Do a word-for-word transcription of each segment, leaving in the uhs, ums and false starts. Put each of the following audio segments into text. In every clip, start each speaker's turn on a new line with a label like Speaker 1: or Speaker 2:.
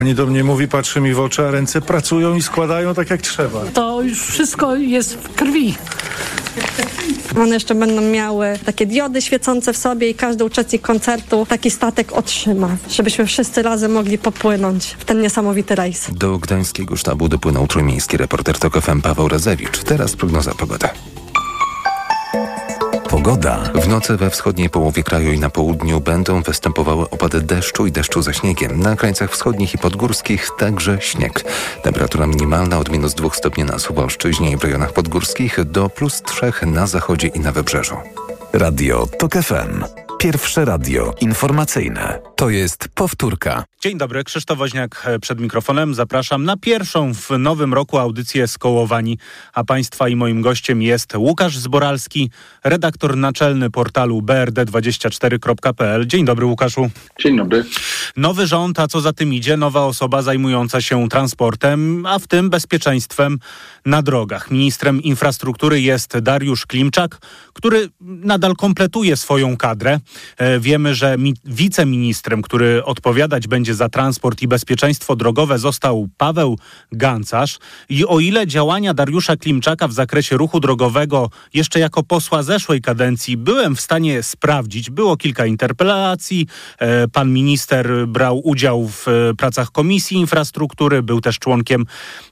Speaker 1: Pani do mnie mówi, patrzy mi w oczy, a ręce pracują i składają tak jak trzeba.
Speaker 2: To już wszystko jest w krwi.
Speaker 3: One jeszcze będą miały takie diody świecące w sobie i każdy uczestnik koncertu taki statek otrzyma, żebyśmy wszyscy razem mogli popłynąć w ten niesamowity rejs.
Speaker 4: Do gdańskiego sztabu dopłynął trójmiejski reporter TOK F M Paweł Razewicz. Teraz prognoza pogody. Pogoda. W nocy we wschodniej połowie kraju i na południu będą występowały opady deszczu i deszczu ze śniegiem. Na krańcach wschodnich i podgórskich także śnieg. Temperatura minimalna od minus dwóch stopni na Suwalszczyźnie i w rejonach podgórskich do plus trzech na zachodzie i na wybrzeżu.
Speaker 5: Radio TOK F M. Pierwsze radio informacyjne. To jest powtórka.
Speaker 6: Dzień dobry, Krzysztof Woźniak przed mikrofonem. Zapraszam na pierwszą w nowym roku audycję Skołowani. A Państwa i moim gościem jest Łukasz Zboralski, redaktor naczelny portalu B R D dwadzieścia cztery kropka p l. Dzień dobry, Łukaszu.
Speaker 7: Dzień dobry.
Speaker 6: Nowy rząd, a co za tym idzie, nowa osoba zajmująca się transportem, a w tym bezpieczeństwem na drogach. Ministrem infrastruktury jest Dariusz Klimczak, który nadal kompletuje swoją kadrę. E, wiemy, że mi- wiceministrem, który odpowiadać będzie za transport i bezpieczeństwo drogowe, został Paweł Gancarz. I o ile działania Dariusza Klimczaka w zakresie ruchu drogowego jeszcze jako posła zeszłej kadencji byłem w stanie sprawdzić, było kilka interpelacji, e, pan minister brał udział w e, pracach Komisji Infrastruktury, był też członkiem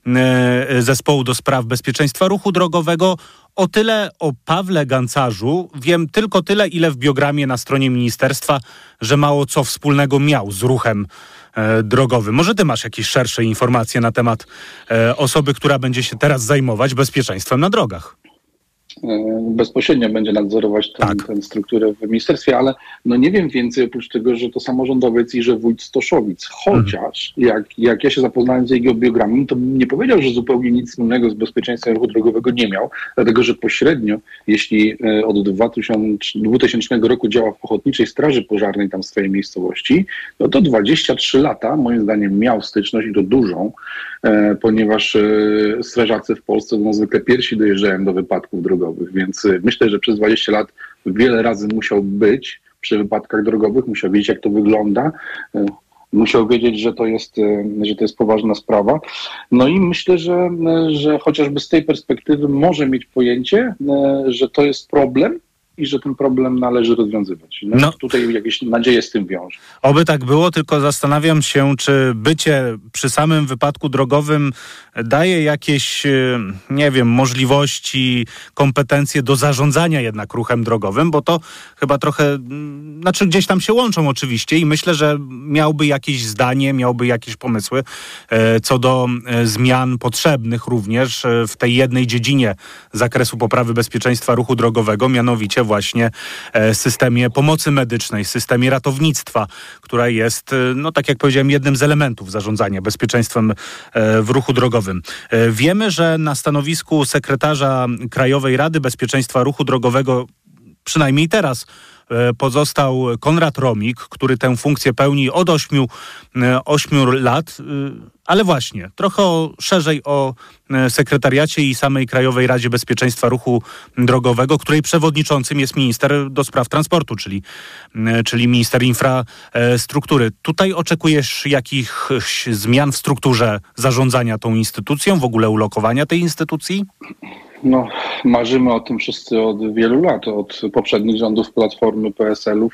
Speaker 6: e, zespołu do spraw bezpieczeństwa ruchu drogowego. O tyle o Pawle Gancarzu wiem tylko tyle, ile w biogramie na stronie ministerstwa, że mało co wspólnego miał z ruchem e, drogowym. Może ty masz jakieś szersze informacje na temat e, osoby, która będzie się teraz zajmować bezpieczeństwem na drogach?
Speaker 7: Bezpośrednio będzie nadzorować tę
Speaker 6: Tak.
Speaker 7: tę strukturę w ministerstwie, ale no nie wiem więcej oprócz tego, że to samorządowiec i że wójt Stoszowic. Chociaż mhm. jak, jak ja się zapoznałem z jego biogramem, to bym nie powiedział, że zupełnie nic wspólnego z bezpieczeństwem ruchu drogowego nie miał, dlatego że pośrednio, jeśli od dwutysięcznego roku działa w Ochotniczej Straży Pożarnej tam w swojej miejscowości, no to dwadzieścia trzy lata moim zdaniem miał styczność i to dużą, e, ponieważ e, strażacy w Polsce no, zwykle pierwsi dojeżdżają do wypadków drogowych. Więc myślę, że przez dwadzieścia lat wiele razy musiał być przy wypadkach drogowych, musiał wiedzieć, jak to wygląda, musiał wiedzieć, że to jest, że to jest poważna sprawa. No i myślę, że, że chociażby z tej perspektywy może mieć pojęcie, że to jest problem i że ten problem należy rozwiązywać. No, no. Tutaj jakieś nadzieje z tym wiąże.
Speaker 6: Oby tak było, tylko zastanawiam się, czy bycie przy samym wypadku drogowym daje jakieś, nie wiem, możliwości, kompetencje do zarządzania jednak ruchem drogowym, bo to chyba trochę, znaczy gdzieś tam się łączą oczywiście i myślę, że miałby jakieś zdanie, miałby jakieś pomysły e, co do e, zmian potrzebnych również e, w tej jednej dziedzinie zakresu poprawy bezpieczeństwa ruchu drogowego, mianowicie właśnie e, systemie pomocy medycznej, systemie ratownictwa, która jest, no tak jak powiedziałem, jednym z elementów zarządzania bezpieczeństwem e, w ruchu drogowym. E, wiemy, że na stanowisku sekretarza Krajowej Rady Bezpieczeństwa Ruchu Drogowego, przynajmniej teraz, pozostał Konrad Romik, który tę funkcję pełni od ośmiu, ośmiu lat. Ale właśnie, trochę o, szerzej o sekretariacie i samej Krajowej Radzie Bezpieczeństwa Ruchu Drogowego, której przewodniczącym jest minister do spraw transportu, czyli, czyli minister infrastruktury. Tutaj oczekujesz jakichś zmian w strukturze zarządzania tą instytucją, w ogóle ulokowania tej instytucji?
Speaker 7: No, marzymy o tym wszyscy od wielu lat, od poprzednich rządów Platformy P S L-u,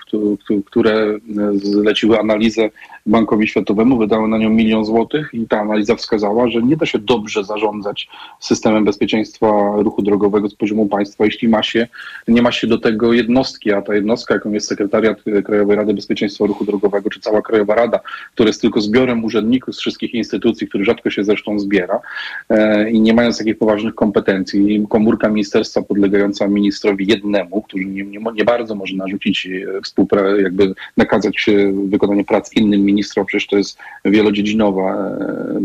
Speaker 7: które zleciły analizę Bankowi Światowemu, wydały na nią milion złotych i ta analiza wskazała, że nie da się dobrze zarządzać systemem bezpieczeństwa ruchu drogowego z poziomu państwa, jeśli ma się, nie ma się do tego jednostki, a ta jednostka, jaką jest sekretariat Krajowej Rady Bezpieczeństwa Ruchu Drogowego, czy cała Krajowa Rada, która jest tylko zbiorem urzędników z wszystkich instytucji, który rzadko się zresztą zbiera e, i nie mając takich poważnych kompetencji, komórka ministerstwa podlegająca ministrowi jednemu, który nie, nie, nie bardzo może narzucić współpracę, jakby nakazać wykonanie prac innym ministrom, przecież to jest wielodziedzinowa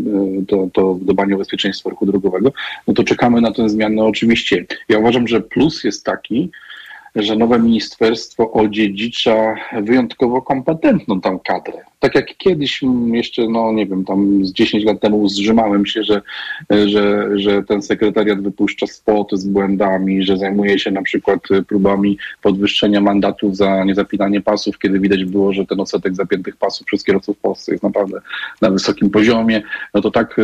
Speaker 7: to, to dbanie o bezpieczeństwo ruchu drogowego, no to czekamy na tę zmianę oczywiście. Ja uważam, że plus jest taki, że nowe ministerstwo odziedzicza wyjątkowo kompetentną tam kadrę. tak jak kiedyś jeszcze, no nie wiem, tam z dziesięć lat temu zrzymałem się, że, że, że ten sekretariat wypuszcza spoty z błędami, że zajmuje się na przykład próbami podwyższenia mandatów za niezapinanie pasów, kiedy widać było, że ten odsetek zapiętych pasów przez kierowców w Polsce jest naprawdę na wysokim poziomie. No to tak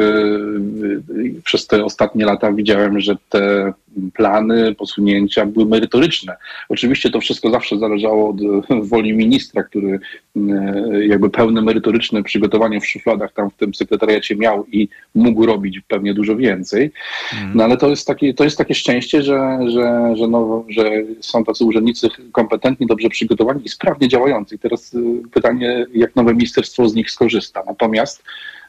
Speaker 7: yy, przez te ostatnie lata widziałem, że te plany, posunięcia były merytoryczne. Oczywiście to wszystko zawsze zależało od woli ministra, który jakby pełne merytoryczne przygotowanie w szufladach tam w tym sekretariacie miał i mógł robić pewnie dużo więcej. No ale to jest takie, to jest takie szczęście, że, że, że, no, że są tacy urzędnicy kompetentni, dobrze przygotowani i sprawnie działający. I teraz pytanie, jak nowe ministerstwo z nich skorzysta. Natomiast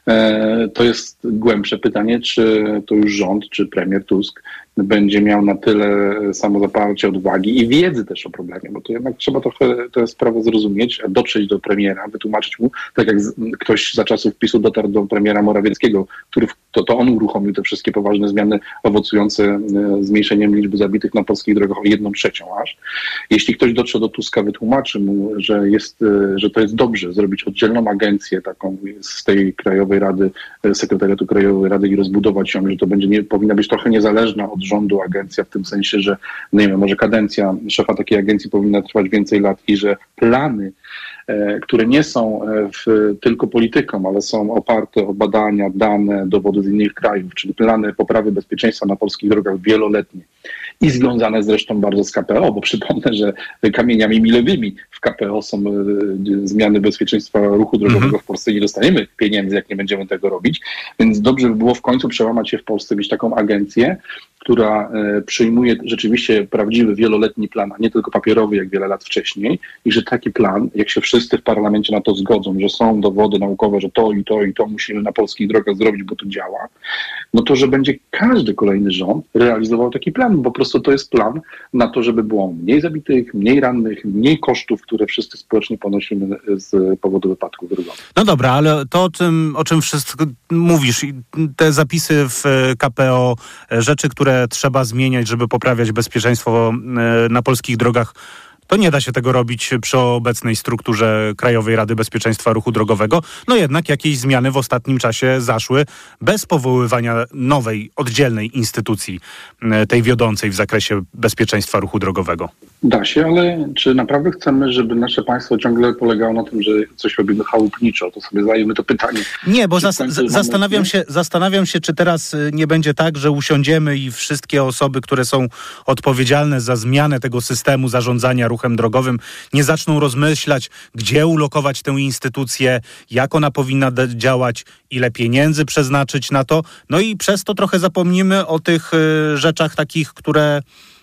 Speaker 7: to jest głębsze pytanie, czy to już rząd, czy premier Tusk będzie miał na tyle samozaparcia, odwagi i wiedzy też o problemie, bo to jednak trzeba trochę tę sprawę zrozumieć, dotrzeć do premiera, wytłumaczyć mu, tak jak ktoś za czasów PiSu dotarł do premiera Morawieckiego, który to, to on uruchomił te wszystkie poważne zmiany owocujące zmniejszeniem liczby zabitych na polskich drogach o jedną trzecią aż. Jeśli ktoś dotrze do Tuska, wytłumaczy mu, że, jest, że to jest dobrze zrobić oddzielną agencję taką z tej Krajowej Rady, Sekretariatu Krajowej Rady i rozbudować ją, że to będzie nie, powinna być trochę niezależna od rządu agencja, w tym sensie, że nie wiem, może kadencja szefa takiej agencji powinna trwać więcej lat i że plany, e, które nie są w, tylko polityką, ale są oparte o badania, dane, dowody z innych krajów, czyli plany poprawy bezpieczeństwa na polskich drogach wieloletnie i związane zresztą bardzo z K P O, bo przypomnę, że kamieniami milowymi w K P O są e, zmiany bezpieczeństwa ruchu drogowego mm-hmm. w Polsce. Nie dostaniemy pieniędzy, jak nie będziemy tego robić, więc dobrze by było w końcu przełamać się w Polsce, mieć taką agencję, która e, przyjmuje rzeczywiście prawdziwy, wieloletni plan, a nie tylko papierowy, jak wiele lat wcześniej i że taki plan, jak się wszyscy w parlamencie na to zgodzą, że są dowody naukowe, że to i to i to musimy na polskich drogach zrobić, bo to działa, no to, że będzie każdy kolejny rząd realizował taki plan, bo po prostu to jest plan na to, żeby było mniej zabitych, mniej rannych, mniej kosztów, które wszyscy społecznie ponosimy z powodu wypadków drogowych.
Speaker 6: No dobra, ale to o tym, o czym wszystko mówisz, te zapisy w K P O, rzeczy, które trzeba zmieniać, żeby poprawiać bezpieczeństwo na polskich drogach, to nie da się tego robić przy obecnej strukturze Krajowej Rady Bezpieczeństwa Ruchu Drogowego. No jednak jakieś zmiany w ostatnim czasie zaszły bez powoływania nowej, oddzielnej instytucji, tej wiodącej w zakresie bezpieczeństwa ruchu drogowego.
Speaker 7: Da się, ale czy naprawdę chcemy, żeby nasze państwo ciągle polegało na tym, że coś robimy chałupniczo? To sobie zadajemy to pytanie.
Speaker 6: Nie, bo zas- z- zastanawiam się, zastanawiam się, czy teraz nie będzie tak, że usiądziemy i wszystkie osoby, które są odpowiedzialne za zmianę tego systemu zarządzania ruchem drogowym, nie zaczną rozmyślać, gdzie ulokować tę instytucję, jak ona powinna d- działać, ile pieniędzy przeznaczyć na to. No i przez to trochę zapomnimy o tych y, rzeczach takich, które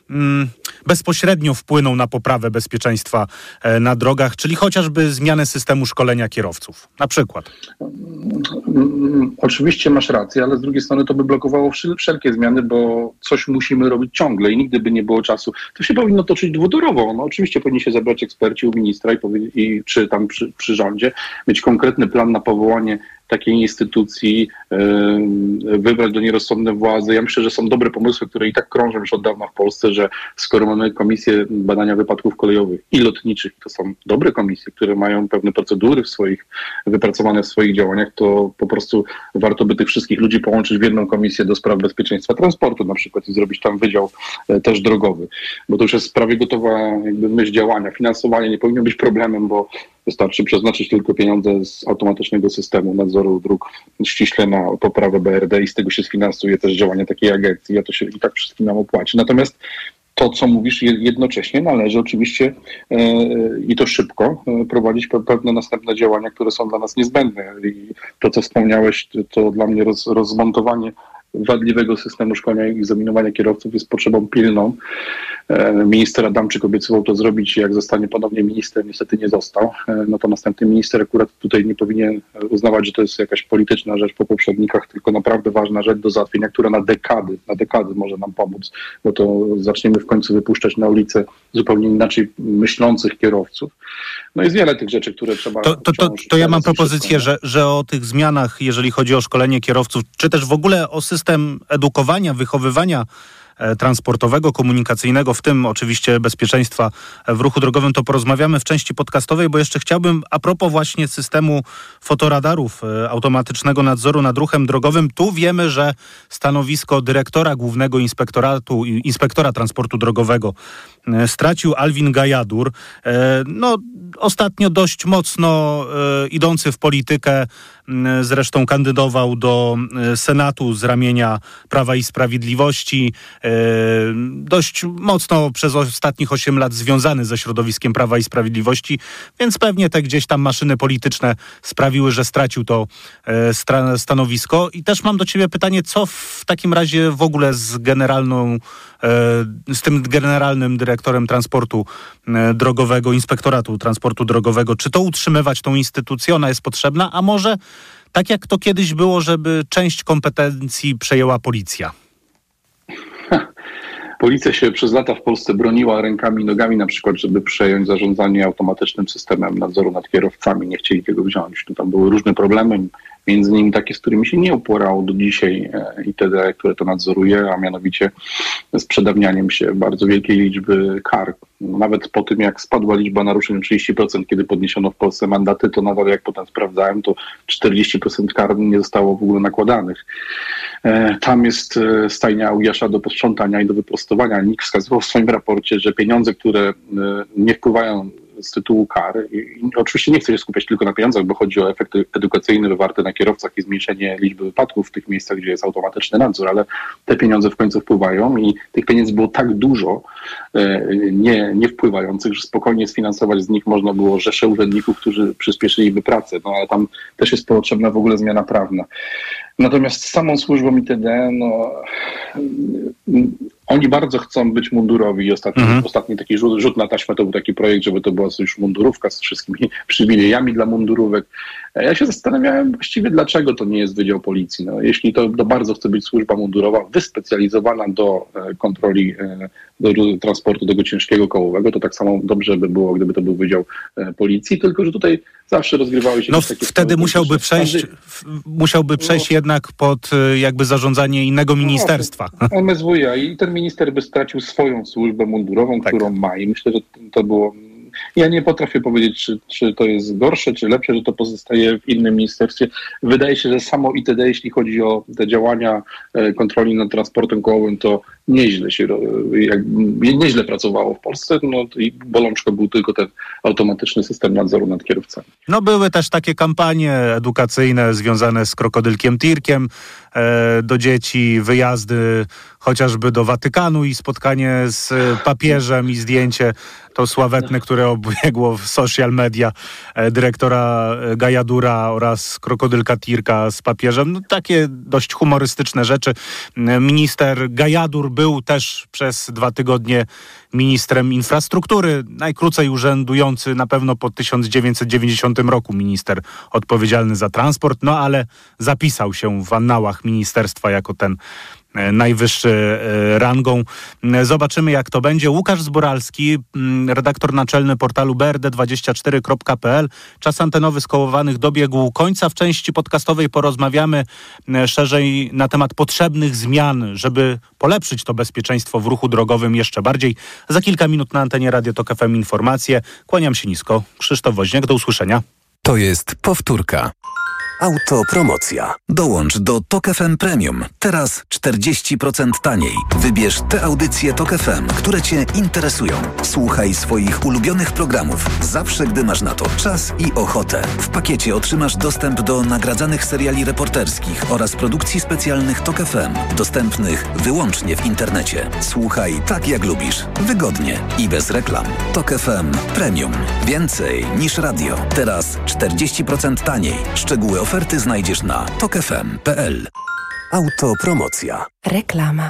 Speaker 6: bezpośrednio wpłyną na poprawę bezpieczeństwa na drogach, czyli chociażby zmianę systemu szkolenia kierowców, na przykład.
Speaker 7: Oczywiście masz rację, ale z drugiej strony to by blokowało wszelkie zmiany, bo coś musimy robić ciągle i nigdy by nie było czasu. To się powinno toczyć dwudorowo. No oczywiście powinni się zebrać eksperci u ministra i, powie- i czy tam przy, przy rządzie mieć konkretny plan na powołanie takiej instytucji, yy, wybrać do niej rozsądne władze. Ja myślę, że są dobre pomysły, które i tak krążą już od dawna w Polsce, że skoro mamy komisję badania wypadków kolejowych i lotniczych, to są dobre komisje, które mają pewne procedury w swoich, wypracowane w swoich działaniach, to po prostu warto by tych wszystkich ludzi połączyć w jedną komisję do spraw bezpieczeństwa transportu na przykład i zrobić tam wydział e, też drogowy, bo to już jest prawie gotowa jakby myśl działania. Finansowanie nie powinno być problemem, bo wystarczy przeznaczyć tylko pieniądze z automatycznego systemu nadzoru dróg ściśle na poprawę B R D i z tego się sfinansuje też działanie takiej agencji, a to się i tak wszystkim nam opłaci. Natomiast to, co mówisz, jednocześnie należy oczywiście e, i to szybko e, prowadzić pe- pewne następne działania, które są dla nas niezbędne. I to, co wspomniałeś, to, to dla mnie roz, rozmontowanie wadliwego systemu szkolenia i egzaminowania kierowców jest potrzebą pilną. Minister Adamczyk obiecywał to zrobić, jak zostanie ponownie ministrem, niestety nie został. No to następny minister akurat tutaj nie powinien uznawać, że to jest jakaś polityczna rzecz po poprzednikach, tylko naprawdę ważna rzecz do załatwienia, która na dekady, na dekady może nam pomóc, bo to zaczniemy w końcu wypuszczać na ulicę zupełnie inaczej myślących kierowców. No jest wiele tych rzeczy, które trzeba...
Speaker 6: To, to, to, to ja mam propozycję, że, że o tych zmianach, jeżeli chodzi o szkolenie kierowców, czy też w ogóle o system edukowania, wychowywania transportowego, komunikacyjnego, w tym oczywiście bezpieczeństwa w ruchu drogowym, to porozmawiamy w części podcastowej, bo jeszcze chciałbym a propos właśnie systemu fotoradarów, automatycznego nadzoru nad ruchem drogowym. Tu wiemy, że stanowisko dyrektora głównego inspektoratu, inspektora transportu drogowego stracił Alvin Gajadur. No, ostatnio dość mocno idący w politykę, zresztą kandydował do Senatu z ramienia Prawa i Sprawiedliwości. Dość mocno przez ostatnich osiem lat związany ze środowiskiem Prawa i Sprawiedliwości, więc pewnie te gdzieś tam maszyny polityczne sprawiły, że stracił to stra- stanowisko. I też mam do ciebie pytanie, co w takim razie w ogóle z generalną, z tym generalnym dyrektorem transportu drogowego, inspektoratu transportu drogowego, czy to utrzymywać tą instytucję, ona jest potrzebna, a może tak jak to kiedyś było, żeby część kompetencji przejęła policja?
Speaker 7: Policja się przez lata w Polsce broniła rękami i nogami, na przykład, żeby przejąć zarządzanie automatycznym systemem nadzoru nad kierowcami. Nie chcieli tego wziąć. Tam były różne problemy, między innymi takie, z którymi się nie uporało do dzisiaj I T D, które to nadzoruje, a mianowicie z przedawnianiem się bardzo wielkiej liczby kar. Nawet po tym, jak spadła liczba naruszeń o trzydzieści procent, kiedy podniesiono w Polsce mandaty, to nadal, jak potem sprawdzałem, to czterdzieści procent kar nie zostało w ogóle nakładanych. Tam jest stajnia Ujasza do posprzątania i do wyprostowania. NIK wskazywał w swoim raporcie, że pieniądze, które nie wpływają z tytułu kar, i oczywiście nie chcę się skupiać tylko na pieniądzach, bo chodzi o efekt edukacyjny wywarty na kierowcach i zmniejszenie liczby wypadków w tych miejscach, gdzie jest automatyczny nadzór, ale te pieniądze w końcu wpływają i tych pieniędzy było tak dużo nie, nie wpływających, że spokojnie sfinansować z nich można było rzesze urzędników, którzy przyspieszyliby pracę, no ale tam też jest potrzebna w ogóle zmiana prawna. Natomiast z samą służbą I T D, no oni bardzo chcą być mundurowi. Ostatni, mhm. ostatni taki rzut, rzut na taśmę to był taki projekt, żeby to była już mundurówka z wszystkimi przywilejami dla mundurówek. Ja się zastanawiałem właściwie, dlaczego to nie jest Wydział Policji. No, jeśli to, to bardzo chce być służba mundurowa, wyspecjalizowana do e, kontroli e, do transportu tego ciężkiego kołowego, to tak samo dobrze by było, gdyby to był Wydział e, Policji, tylko że tutaj zawsze rozgrywały się...
Speaker 6: No
Speaker 7: takie
Speaker 6: wtedy musiałby przejść, w, musiałby przejść no, jednak pod jakby zarządzanie innego ministerstwa.
Speaker 7: No, M S W iA i ten minister by stracił swoją służbę mundurową, tak. którą ma i myślę, że to było... Ja nie potrafię powiedzieć, czy, czy to jest gorsze, czy lepsze, że to pozostaje w innym ministerstwie. Wydaje się, że samo I T D, jeśli chodzi o te działania kontroli nad transportem kołowym, to nieźle się, jak, nieźle pracowało w Polsce. No i bolączką był tylko ten automatyczny system nadzoru nad kierowcami.
Speaker 6: No były też takie kampanie edukacyjne związane z krokodylkiem Tirkiem e, do dzieci, wyjazdy chociażby do Watykanu i spotkanie z papieżem i zdjęcie to sławetne, które obiegło w social media e, dyrektora Gajadura oraz krokodylka Tirka z papieżem. No, takie dość humorystyczne rzeczy. Minister Gajadur był też przez dwa tygodnie ministrem infrastruktury, najkrócej urzędujący na pewno po tysiąc dziewięćset dziewięćdziesiątym roku minister odpowiedzialny za transport, no ale zapisał się w annałach ministerstwa jako ten najwyższy rangą. Zobaczymy, jak to będzie. Łukasz Zboralski, redaktor naczelny portalu B R D dwadzieścia cztery kropka p l. Czas antenowy Skołowanych dobiegł końca. W części podcastowej porozmawiamy szerzej na temat potrzebnych zmian, żeby polepszyć to bezpieczeństwo w ruchu drogowym jeszcze bardziej. Za kilka minut na antenie Radio Tok F M informacje. Kłaniam się nisko. Krzysztof Woźniak, do usłyszenia.
Speaker 5: To jest powtórka. Autopromocja. Dołącz do Tok F M Premium. Teraz czterdzieści procent taniej. Wybierz te audycje Tok F M, które Cię interesują. Słuchaj swoich ulubionych programów zawsze, gdy masz na to czas i ochotę. W pakiecie otrzymasz dostęp do nagradzanych seriali reporterskich oraz produkcji specjalnych Tok F M, dostępnych wyłącznie w internecie. Słuchaj tak, jak lubisz. Wygodnie i bez reklam. Tok F M Premium. Więcej niż radio. Teraz czterdzieści procent taniej. Szczegóły oferty znajdziesz na tok f m kropka p l. Autopromocja.
Speaker 8: Reklama.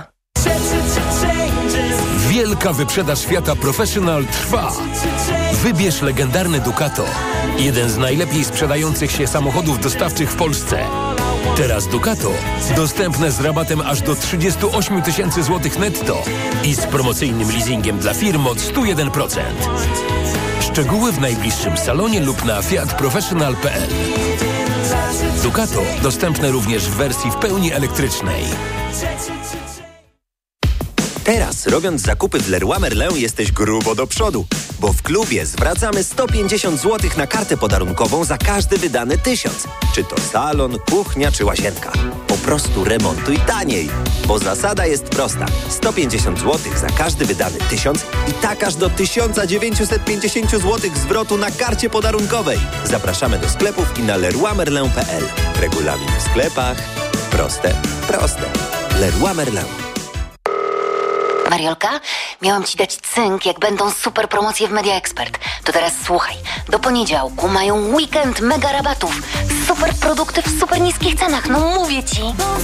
Speaker 9: Wielka wyprzedaż Fiata Professional trwa. Wybierz legendarny Ducato. Jeden z najlepiej sprzedających się samochodów dostawczych w Polsce. Teraz Ducato dostępne z rabatem aż do trzydzieści osiem tysięcy złotych netto i z promocyjnym leasingiem dla firm od sto jeden procent. Szczegóły w najbliższym salonie lub na fiat professional kropka p l. Ducato dostępne również w wersji w pełni elektrycznej.
Speaker 8: Teraz, robiąc zakupy w Leroy Merlin, jesteś grubo do przodu, bo w klubie zwracamy sto pięćdziesiąt złotych na kartę podarunkową za każdy wydany tysiąc. Czy to salon, kuchnia czy łazienka. Po prostu remontuj taniej, bo zasada jest prosta. sto pięćdziesiąt złotych za każdy wydany tysiąc i tak aż do tysiąc dziewięćset pięćdziesiąt złotych zwrotu na karcie podarunkowej. Zapraszamy do sklepów i na leroy merlin kropka p l. Regulamin w sklepach. Proste, proste. Leroy Merlin.
Speaker 10: Mariolka, miałam ci dać cynk, jak będą super promocje w Media Expert. To teraz słuchaj. Do poniedziałku mają weekend mega rabatów. Super produkty w super niskich cenach. No mówię ci.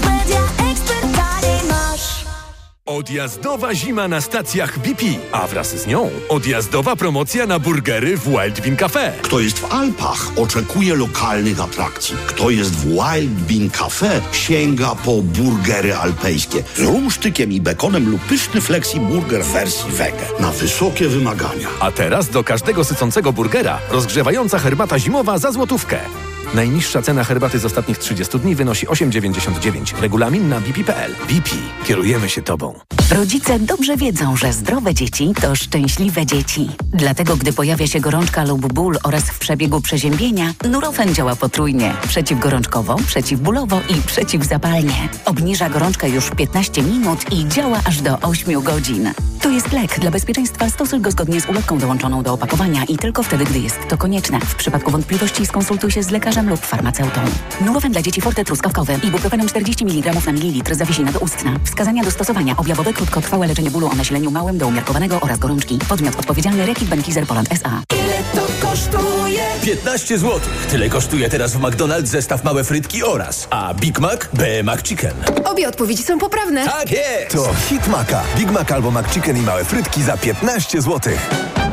Speaker 11: Odjazdowa zima na stacjach B P, a wraz z nią odjazdowa promocja na burgery w Wild Bean Cafe.
Speaker 12: Kto jest w Alpach, oczekuje lokalnych atrakcji. Kto jest w Wild Bean Cafe, sięga po burgery alpejskie z rumsztykiem i bekonem lub pyszny flexi burger w wersji wege. Na wysokie wymagania.
Speaker 11: A teraz do każdego sycącego burgera rozgrzewająca herbata zimowa za złotówkę. Najniższa cena herbaty z ostatnich trzydziestu dni wynosi osiem dziewięćdziesiąt dziewięć. Regulamin na b p kropka p l. B P. Kierujemy się Tobą.
Speaker 13: Rodzice dobrze wiedzą, że zdrowe dzieci to szczęśliwe dzieci. Dlatego, gdy pojawia się gorączka lub ból oraz w przebiegu przeziębienia, Nurofen działa potrójnie. Przeciwgorączkowo, przeciwbólowo i przeciwzapalnie. Obniża gorączkę już w piętnaście minut i działa aż do ośmiu godzin. To jest lek. Dla bezpieczeństwa stosuj go zgodnie z ulotką dołączoną do opakowania i tylko wtedy, gdy jest to konieczne. W przypadku wątpliwości skonsultuj się z lekarzem lub farmaceutą. Nurofen dla dzieci Forte truskawkowy. Ibuprofenem czterdzieści miligramów na mililitr. Zawiesina doustna. Wskazania do stosowania. Objawowe krótkotrwałe leczenie bólu o nasileniu małym do umiarkowanego oraz gorączki. Podmiot odpowiedzialny Reckitt Benckiser Poland S A.
Speaker 14: Ile to kosztuje?
Speaker 15: piętnaście złotych. Tyle kosztuje teraz w McDonald's zestaw małe frytki oraz. A Big Mac B McChicken.
Speaker 14: Obie odpowiedzi są poprawne.
Speaker 15: Tak jest!
Speaker 16: To hit Maca. Big Mac albo McChicken i małe frytki za piętnaście złotych.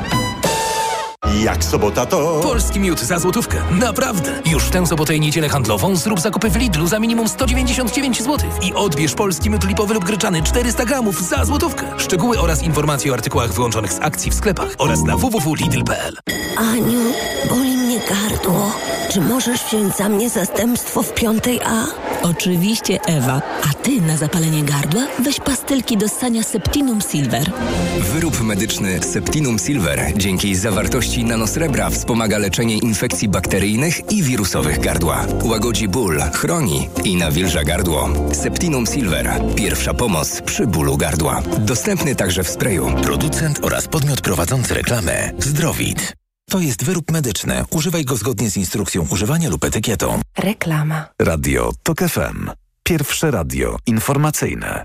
Speaker 17: Jak sobota to...
Speaker 9: Polski miód za złotówkę. Naprawdę. Już w tę sobotę i niedzielę handlową zrób zakupy w Lidlu za minimum sto dziewięćdziesiąt dziewięć złotych i odbierz polski miód lipowy lub gryczany czterysta gramów za złotówkę. Szczegóły oraz informacje o artykułach wyłączonych z akcji w sklepach oraz na w w w kropka lidl kropka p l.
Speaker 18: Aniu, boli mnie gardło. Czy możesz wziąć za mnie zastępstwo w piątej A?
Speaker 19: Oczywiście, Ewa. A ty na zapalenie gardła weź pastylki do ssania Septinum Silver.
Speaker 20: Wyrób medyczny Septinum Silver dzięki zawartości nanosrebra wspomaga leczenie infekcji bakteryjnych i wirusowych gardła. Łagodzi ból, chroni i nawilża gardło. Septinum Silver. Pierwsza pomoc przy bólu gardła. Dostępny także w sprayu.
Speaker 21: Producent oraz podmiot prowadzący reklamę Zdrowit. To jest wyrób medyczny. Używaj go zgodnie z instrukcją używania lub etykietą.
Speaker 19: Reklama.
Speaker 5: Radio TOK F M. Pierwsze radio informacyjne.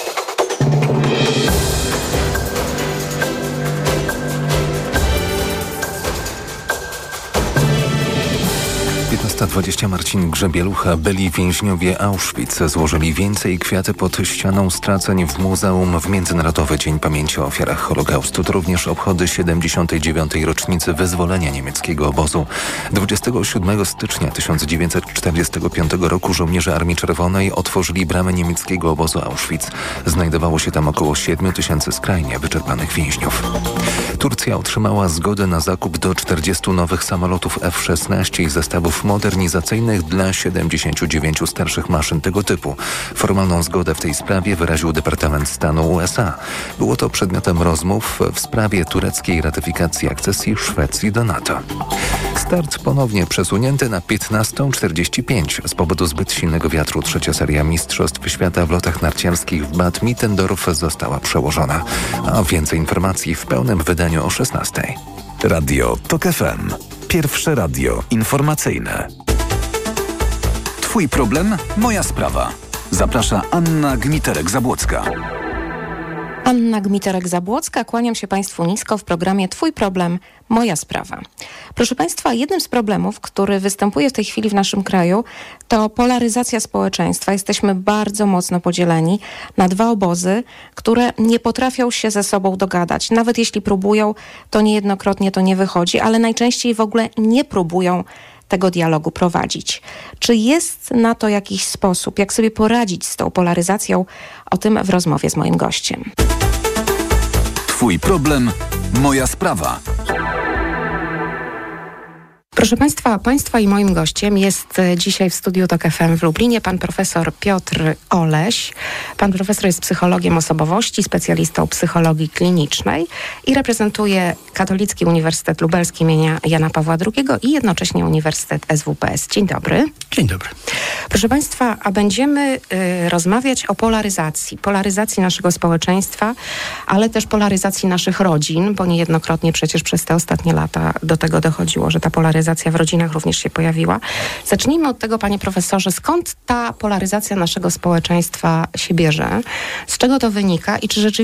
Speaker 4: piętnasta dwadzieścia Marcin Grzebielucha. Byli więźniowie Auschwitz złożyli więcej kwiaty pod ścianą straceń w muzeum w Międzynarodowy Dzień Pamięci o Ofiarach Holokaustu. To również obchody siedemdziesiątej dziewiątej rocznicy wyzwolenia niemieckiego obozu. dwudziestego siódmego stycznia tysiąc dziewięćset czterdziestego piątego roku żołnierze Armii Czerwonej otworzyli bramy niemieckiego obozu Auschwitz. Znajdowało się tam około siedmiu tysięcy skrajnie wyczerpanych więźniów. Turcja otrzymała zgodę na zakup do czterdziestu nowych samolotów F szesnaście i zestawów modernizacyjnych dla siedemdziesięciu dziewięciu starszych maszyn tego typu. Formalną zgodę w tej sprawie wyraził Departament Stanu U S A. Było to przedmiotem rozmów w sprawie tureckiej ratyfikacji akcesji Szwecji do NATO. Start ponownie przesunięty na piętnastą czterdzieści pięć z powodu zbyt silnego wiatru. Trzecia seria Mistrzostw Świata w lotach narciarskich w Bad Mittendorf została przełożona. A więcej informacji w pełnym wydaniu o szesnastej.
Speaker 5: Radio TOK F M. Pierwsze radio informacyjne. Twój problem, moja sprawa. Zaprasza Anna Gmiterek-Zabłocka.
Speaker 22: Anna Gmiterek-Zabłocka, kłaniam się Państwu nisko w programie Twój problem, moja sprawa. Proszę Państwa, jednym z problemów, który występuje w tej chwili w naszym kraju, to polaryzacja społeczeństwa. Jesteśmy bardzo mocno podzieleni na dwa obozy, które nie potrafią się ze sobą dogadać. Nawet jeśli próbują, to niejednokrotnie to nie wychodzi, ale najczęściej w ogóle nie próbują tego dialogu prowadzić. Czy jest na to jakiś sposób, jak sobie poradzić z tą polaryzacją? O tym w rozmowie z moim gościem.
Speaker 5: Twój problem, moja sprawa.
Speaker 22: Proszę Państwa, Państwa i moim gościem jest dzisiaj w studiu TOK F M w Lublinie pan profesor Piotr Oleś. Pan profesor jest psychologiem osobowości, specjalistą psychologii klinicznej i reprezentuje Katolicki Uniwersytet Lubelski imienia Jana Pawła drugiego i jednocześnie Uniwersytet S W P S. Dzień dobry.
Speaker 2: Dzień dobry.
Speaker 22: Proszę Państwa, a będziemy y, rozmawiać o polaryzacji. Polaryzacji naszego społeczeństwa, ale też polaryzacji naszych rodzin, bo niejednokrotnie przecież przez te ostatnie lata do tego dochodziło, że ta polaryzacja w rodzinach również się pojawiła. Zacznijmy od tego, panie profesorze, skąd ta polaryzacja naszego społeczeństwa się bierze? Z czego to wynika i czy rzeczywiście